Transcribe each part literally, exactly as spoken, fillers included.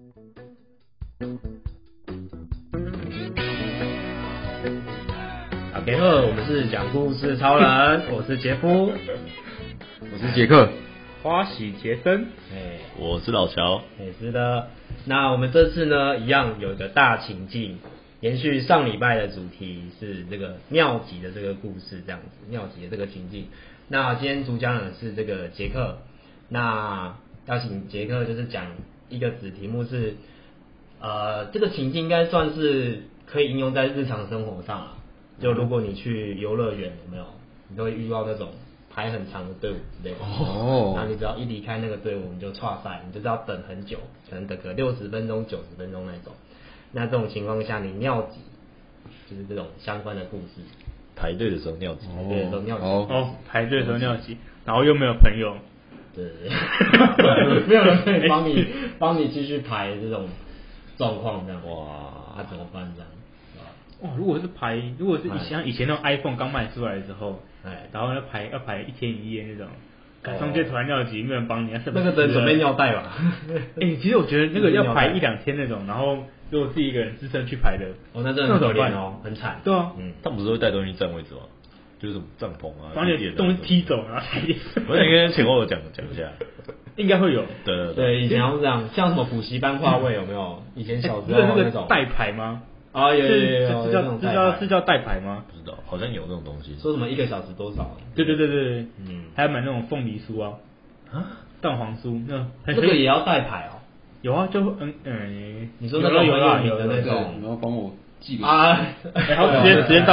OK， 二，我们是讲故事超人，我是杰夫， 我是杰克， 花喜杰森， 哎， 我是老乔， 哎，是的。那我们这次呢，一样有一个大情境，延续上礼拜的主题是这个尿急的这个故事，这样子尿急的这个情境。那今天主讲人是这个杰克，那要请杰克就是讲一个子题目是，呃，这个情境应该算是可以应用在日常生活上啊。就如果你去游乐园有没有，你都会遇到那种排很长的队伍之类的。哦。然后你只要一离开那个队伍，你就剉赛，你就是要等很久，可能等个六十分钟、九十分钟那种。那这种情况下，你尿急，就是这种相关的故事。 排队的时候尿急。 排队的时候尿急。 哦。哦，排队的时候尿急，然后又没有朋友。 对对对。没有人可以帮你帮你继续排这种状况这样。哇。那、啊、怎么办这样？ 哇，如果是排，如果是像以前那种 iPhone 刚卖出来的时候， 哎， 然后要排要排一天一夜那种，赶上街突然尿急，没有人帮你， 那个得准备尿袋吧？ 哎、欸，其实我觉得那个要排一两天那种，然后如果自己一个人自身去排的， 哦，那真的很可怜哦，很惨。 对啊， 嗯，他们不是会带东西占位置吗？就是什么帐篷啊， 把你东西踢走，然后才。 我应该前后有讲讲一下。 应该会有。 对对对，以前要这样，像什么补习班划位有没有？以前小时候那种代排吗？ 啊，有有有有， 是叫是叫是叫代排吗？ 不知道，好像有那种东西。 说什么一个小时多少？ 对对对对，嗯，还要买那种凤梨酥啊，啊，蛋黄酥，那那个也要代排哦。 有啊，就嗯嗯， 你说那种有啊有的那种， 然后帮我记个啊， 好，时间时间到，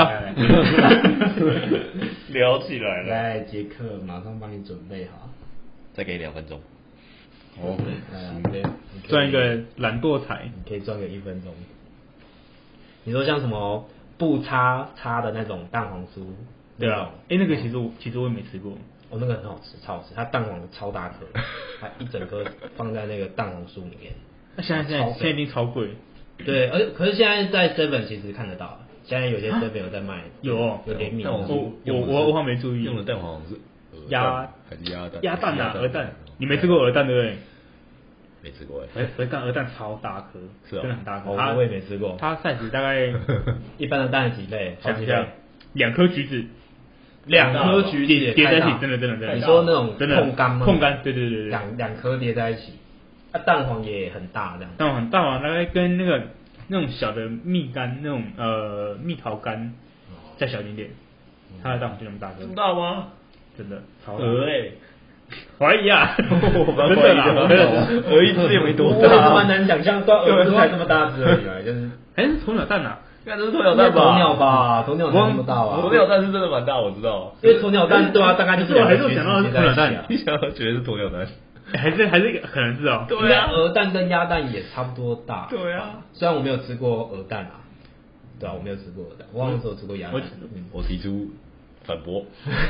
聊起来了。 来，杰克马上帮你准备好， 再给你两分钟。 哦，对， 赚一个懒惰财， 你可以赚个一分钟。你说像什么不擦擦的那种蛋黄酥， 对啊，哎、欸，那个其实我其实我也没吃过， 哦，那个很好吃，超好吃，它蛋黄超大颗，它一整颗放在那个蛋黄酥里面。 那现在现在现在一定超贵。 对，而可是现在在 Seven 其实看得到，现在有些 Seven 有在卖， 有哦有点米。 我我我我还没注意， 用的蛋黄是鸭还是鸭蛋？ 鸭蛋啊，鹅蛋，你没吃过鹅蛋对不对？ 没吃过哎，鹅蛋鹅蛋超大颗， 是、哦、 真的很大颗。 我我也没吃过。 它 size 大概一般的蛋几倍？好几倍？ 两颗橘子， 两颗橘子叠在一起，真的真的真的。 你说那种真的控干吗？ 控干，对对对对。 两两颗叠在一起，啊，蛋黄也很大这样。 蛋黄很大啊，大概跟那个那种小的蜜柑那种呃蜜桃干再小一点点，它的蛋黄就那么大颗。 这么大吗？ 真的超大。 鹅哎。 怀疑啊， 我蛮怀疑的，鹅一只也没多大， 我也是蛮难想象，对，鹅才这么大只而已，就是， 哎，是鸵鸟蛋啊， 应该是鸵鸟蛋吧？ 鸵鸟吧，鸵鸟那么大吧？ 鸵鸟蛋是真的蛮大，我知道， 因为鸵鸟蛋对啊，大概就是两个橘子叠在一起啊， 你想要觉得是鸵鸟蛋， 还是还是可能是哦， 对啊，鹅蛋跟鸭蛋也差不多大， 对啊， 虽然我没有吃过鹅蛋啊，对啊，我没有吃过鹅蛋，我好像只有吃过鸭蛋， 我提出。反驳，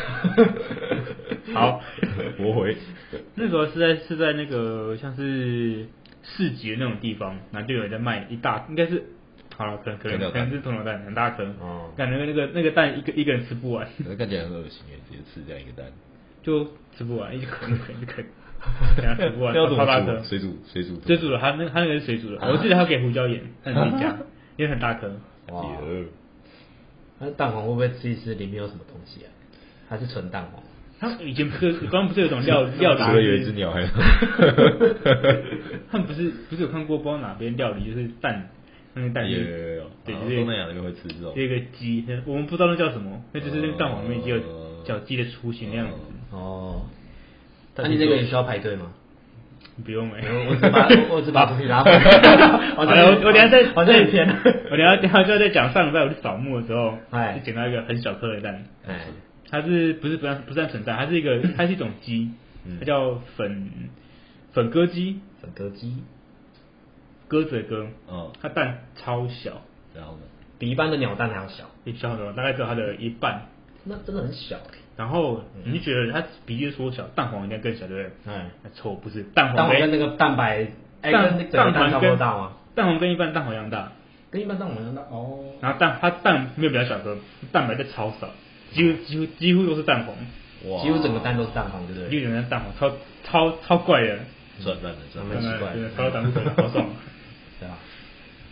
好， 驳回。 那时候是在是在那个像是市集的那种地方，然后就有人在卖一大，应该是好了，可能可能可能是鸵鸟蛋，很大颗，哦，感觉那个那个蛋一个一个人吃不完， 可是看起来很恶心耶，直接吃这样一个蛋， 就吃不完，一直啃啃一直啃，等下吃不完， 超大颗， 水煮水煮水煮的，他那他那个是水煮的，我记得他给胡椒盐，他自己加，因为很大颗， 哇。那蛋黄会不会吃一吃里面有什么东西啊？还是纯蛋黄？ 他以前不是刚刚不是有种料料理？ 除了有一只鸟还有。 他们不是不是有看过不知道哪边料理，就是蛋那个蛋有有有有，对，东南亚那边会吃这种。 这个鸡，我们不知道那叫什么，那就是那个蛋黄里面已经有小鸡的雏形那样子。 哦。那你那个也需要排队吗？ 不用哎、 欸，我只把我只把东西拿回来。 好了，我我等下再好像一篇， 我等下等下就要再讲上礼拜我去扫墓的时候， 哎， 就捡到一个很小颗的蛋， 哎， 它是不是不算不算纯蛋，它是一个它是一种鸡，它叫粉粉鸽鸡， 粉鸽鸡， 鸽子的鸽， 嗯， 它蛋超小， 然后呢， 比一般的鸟蛋还要小， 比小很多，大概只有它的一半， 那真的很小。 然后你就觉得它比例缩小，蛋黄应该更小，对不对？ 哎， 错，不是，蛋黄跟那个蛋白，哎，跟蛋黄差不多大吗？ 蛋黄跟一般蛋黄一样大， 跟一般蛋黄一样大哦。 然后蛋它蛋没有比较小颗，蛋白就超少，几乎几乎几乎都是蛋黄， 哇，几乎整个蛋都是蛋黄，对不对？ 几乎整个蛋黄，超超超怪的， 赚赚的赚， 蛮奇怪的， 超胆固醇，好爽。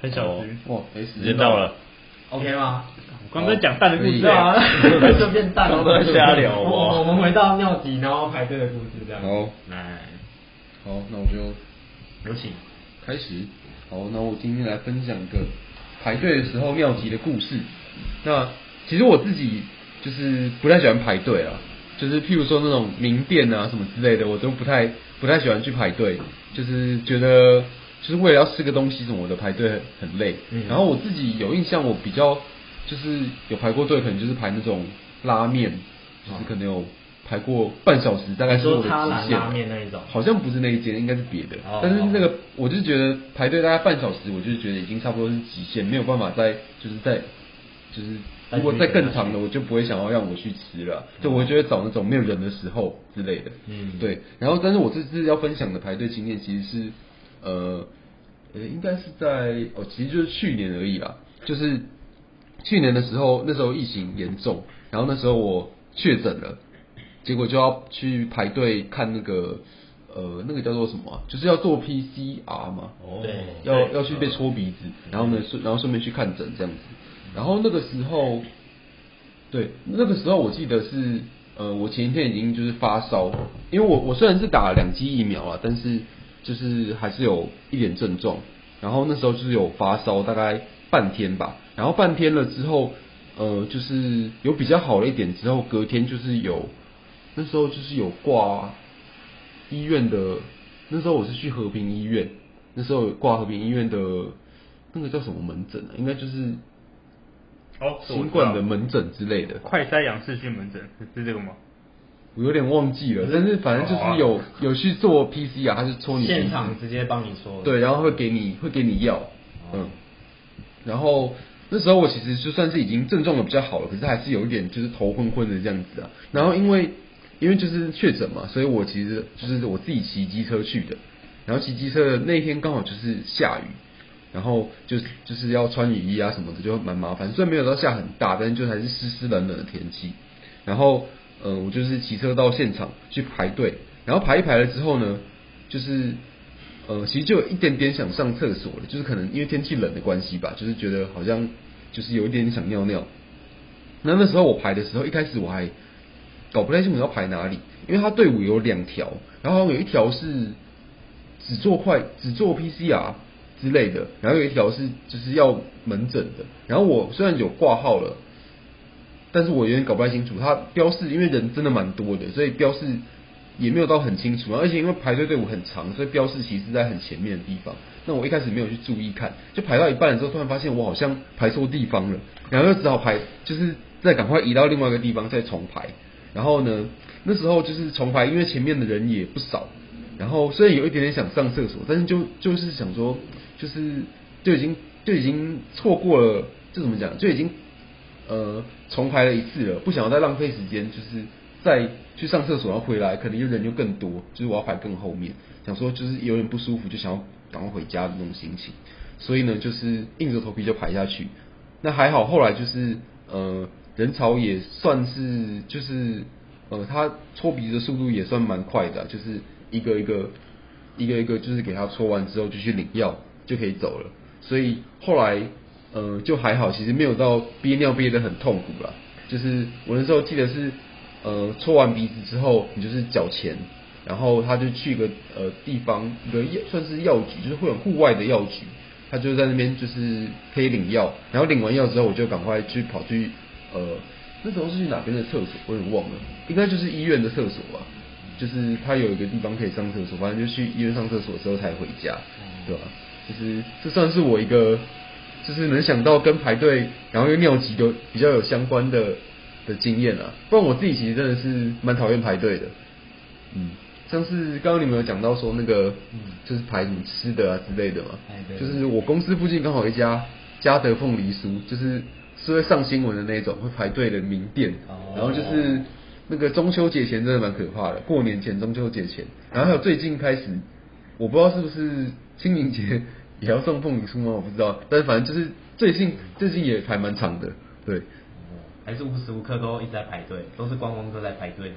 很小时。 哇， 时间到了 ，OK 吗？ 我刚才讲蛋的故事啊，就变蛋了， 都在瞎聊我我们回到尿急然后排队的故事这样。 好， 来， 好，那我就有请开始。好，那我今天来分享一个排队的时候尿急的故事。那其实我自己就是不太喜欢排队啊，就是譬如说那种名店啊什么之类的，我都不太不太喜欢去排队，就是觉得就是为了要吃个东西什么的排队很很累。嗯、然后我自己有印象，我比较就是有排过队，可能就是排那种拉面，就是可能有排过半小时，大概是我的极限。 拉面那一种， 好像不是那一间，应该是别的。 哦、 但是那个我就觉得排队大概半小时，我就觉得已经差不多是极限，没有办法再就是再就是如果再更长的，我就不会想要让我去吃了。就我觉得找那种没有人的时候之类的。嗯，对。然后，但是我这次要分享的排队经验其实是呃呃，应该是在哦，其实就是去年而已啦。就是去年的时候，那时候疫情严重，然后那时候我确诊了。结果就要去排队看那个呃那个叫做什么、啊，就是要做 P C R 嘛， 哦，对， 要要去被戳鼻子，然后呢顺然后顺便去看诊这样子。然后那个时候，对，那个时候我记得是呃我前一天已经就是发烧，因为我我虽然是打了两剂疫苗啊，但是就是还是有一点症状。然后那时候就是有发烧大概半天吧，然后半天了之后，呃就是有比较好了一点之后，隔天就是有。那时候就是有挂医院的，那时候我是去和平医院，那时候有挂和平医院的那个叫什么门诊啊？应该就是哦， 新冠的门诊之类的。 快筛阳视讯门诊是这个吗？ 我有点忘记了，但是反正就是有、哦、有去做 P C R， 他是戳你现场直接帮你说， 对，然后会给你会给你药，嗯，然后那时候我其实就算是已经症状的比较好了，可是还是有一点就是头昏昏的这样子啊，然后因为。因为就是确诊嘛，所以我其实就是我自己骑机车去的，然后骑机车的那一天刚好就是下雨，然后就是就是要穿雨衣啊什么的，就蛮麻烦。虽然没有到下很大，但是就还是湿湿冷冷的天气。然后呃，我就是骑车到现场去排队，然后排一排了之后呢，就是呃，其实就有一点点想上厕所了，就是可能因为天气冷的关系吧，就是觉得好像就是有一点想尿尿。那那时候我排的时候，一开始我还搞不太清楚要排哪里，因为他队伍有两条，然后有一条是只做快只做 P C R 之类的，然后有一条是就是要门诊的。然后我虽然有挂号了，但是我有点搞不太清楚，他标示因为人真的蛮多的，所以标示也没有到很清楚，而且因为排队队伍很长，所以标示其实是在很前面的地方。那我一开始没有去注意看，就排到一半的时候，突然发现我好像排错地方了，然后就只好排，就是再赶快移到另外一个地方再重排。然后呢，那时候就是重排，因为前面的人也不少，然后虽然有一点点想上厕所，但是就就是想说，就是就已经就已经错过了，这怎么讲，就已经呃重排了一次了，不想要再浪费时间，就是再去上厕所要回来，可能又人又更多，就是我要排更后面，想说就是有点不舒服，就想要赶快回家的那种心情，所以呢，就是硬着头皮就排下去。那还好，后来就是呃。人潮也算是就是呃，他搓鼻子的速度也算蛮快的、啊，就是一个一个一个一个就是给他搓完之后就去领药就可以走了，所以后来呃就还好，其实没有到憋尿憋得很痛苦啦。就是我那时候记得是呃搓完鼻子之后，你就是缴钱，然后他就去一个呃地方一个药算是药局，就是会有户外的药局，他就在那边就是可以领药，然后领完药之后我就赶快去跑去。呃，那时候是去哪边的厕所，我有点忘了，应该就是医院的厕所吧。就是他有一个地方可以上厕所，反正就去医院上厕所之后才回家，对吧？就是这算是我一个，就是能想到跟排队，然后又尿急有比较有相关的的经验啊。不然我自己其实真的是蛮讨厌排队的，嗯，像是刚刚你们有讲到说那个，就是排什么吃的啊之类的嘛，就是我公司附近刚好有一家嘉德凤梨酥，就是。是会上新闻的那种，会排队的名店，然后就是那个中秋节前真的蛮可怕的，过年前、中秋节前，然后还有最近开始，我不知道是不是清明节也要送凤梨酥吗？我不知道，但是反正就是最近最近也排蛮长的，对， 还是无时无刻都一直在排队，都是观光客在排队这样。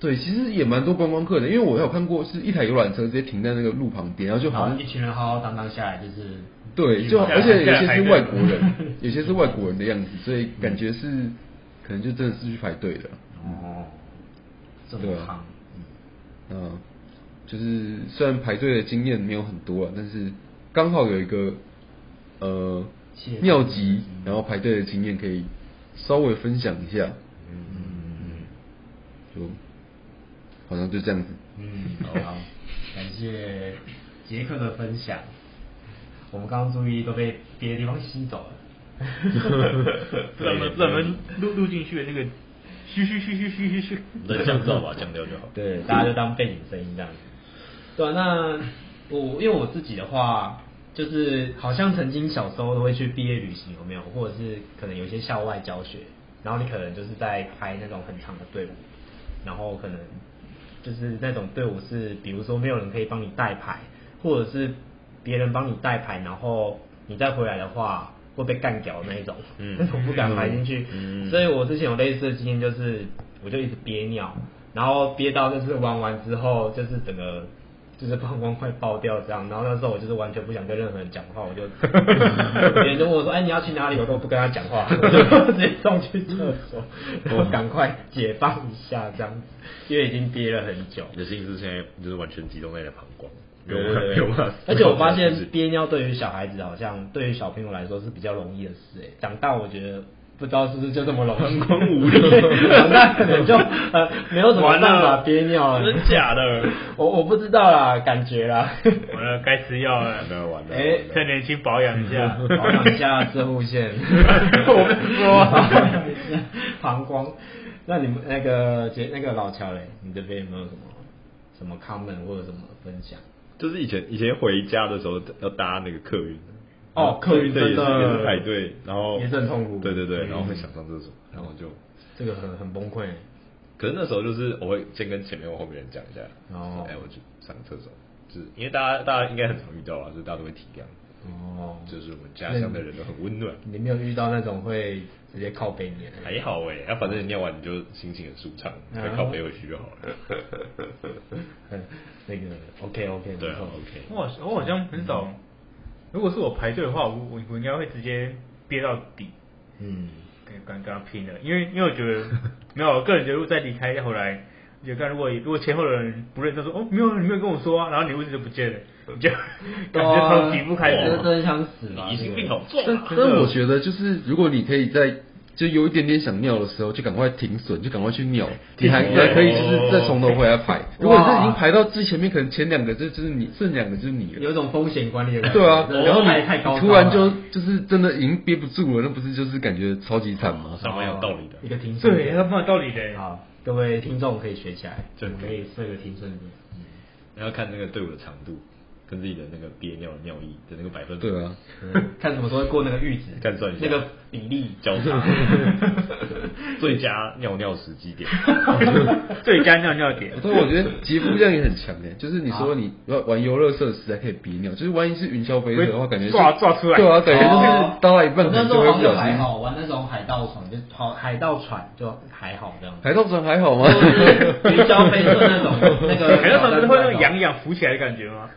对，其实也蛮多观光客的，因为我有看过是一台游览车直接停在那个路旁边，然后就好像一群人浩浩荡荡下来，就是对，就而且有些是外国人，有些是外国人的样子，所以感觉是可能就真的是去排队的。 哦，这么夯， 嗯，就是虽然排队的经验没有很多啊，但是刚好有一个呃尿急，然后排队的经验可以稍微分享一下。嗯嗯嗯，就好像就这样子。 嗯，好，感谢杰克的分享。我们刚刚注意都被别的地方吸走了。 咱们咱们录录进去的那个嘘嘘嘘嘘嘘嘘嘘， 能降噪吧，降掉就好。 对，大家就当背景声音这样子。对啊，那我因为我自己的话，就是好像曾经小时候都会去毕业旅行，有没有？或者是可能有一些校外教学，然后你可能就是在排那种很长的队伍，然后可能就是那种队伍是，比如说没有人可以帮你带牌，或者是别人帮你带牌，然后你再回来的话会被干掉的那一种，嗯，那种不敢排进去。嗯，所以我之前有类似的经验，就是我就一直憋尿，然后憋到就是玩完之后，就是整个就是膀胱快爆掉这样，然后那时候我就是完全不想跟任何人讲话，我就别人就问我说，哎，你要去哪里？我都不跟他讲话，我就直接送去厕所，然后赶快解放一下这样子，因为已经憋了很久。 你的心思现在就是完全集中在你的膀胱。 对对对，而且我发现憋尿对于小孩子好像对于小朋友来说是比较容易的事哎，长大我觉得不知道是不是就这么容易， 光无力， 长大可能就呃没有什么办法憋尿了， 真假的？ 我我不知道啦，感觉啦。 完了，该吃药了， 完了完了， 哎， 趁年轻保养一下， 保养一下射护线。我跟你说，保养一下膀胱。那你们那个杰那个老乔嘞，你这边有没有什么什么 comment 或者什么分享？ 就是以前以前回家的时候要搭那个客运， 哦，客运真的也是排队，然后也是很痛苦。 对对对，然后会想上厕所，然后就这个很很崩溃。 可是那时候就是我会先跟前面或后面人讲一下，哦，哎，我去上个厕所，就是因为大家大家应该很常遇到啊，就是大家都会体谅。哦，就是我们家乡的人都很温暖。 你没有遇到那种会直接靠背你的？ 还好哎，那、啊、反正你尿完你就心情很舒畅，再靠背回去就好了。 那个 OK OK， 对啊 OK。 我我好像很少，如果是我排队的话，我我我应该会直接憋到底。嗯，跟跟跟他拼了，因为因为我觉得没有，我个人觉得如果再离开再回来。就看如果如果前后的人不认，他说哦没有，你没有跟我说啊，然后你位置就不见了，你就感觉超级不开心， 真想死了， 疑心病好重。 但但我觉得就是如果你可以在就有一点点想尿的时候，就赶快停损，就赶快去尿，你还还可以就是再从头回来排。如果你是已经排到最前面，可能前两个就就是你，剩两个就是你了， 有一种风险管理的感觉。 对啊，然后你突然就就是真的已经憋不住了，那不是就是感觉超级惨吗？ 还蛮有道理的， 一个停损， 对，还蛮有道理的。 好。各位听众可以学起来，就可以设个停损点。 嗯，然后看那个队伍的长度，跟自己的那个憋尿的尿液的那个百分比。 对啊， 看什么时候会过那个阈值， 看算一下那个比例交叉。最佳尿尿时机点， 最佳尿尿点。 所以我觉得杰夫这样也很强诶，就是你说你玩游乐设施还可以憋尿，就是万一是云霄飞车的话，感觉抓抓出来。 对啊，感觉就是到了一半可能就会不小心。 还好玩那种海盗船，就好海盗船就还好这样。 海盗船还好吗？ 云霄飞车那种那个海盗船不是会那种痒痒浮起来的感觉吗？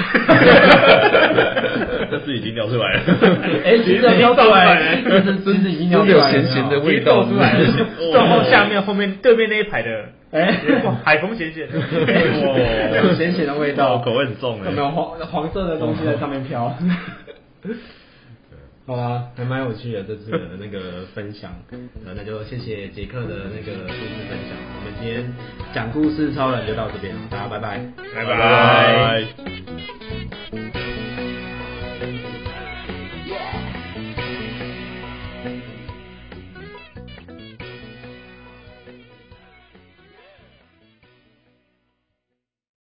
这是已经尿出来了， 哎，其实尿出来了，真真是已经尿出来了， 有咸咸的味道出来了。然后下面后面对面那一排的，哎，海风咸咸的， 哇，咸咸的味道， 口味很重哎， 有没有黄黄色的东西在上面飘？好啊，还蛮有趣的这次的那个分享，呃，那就谢谢杰克的那个故事分享。我们今天讲故事超人就到这边，大家拜拜， 拜拜。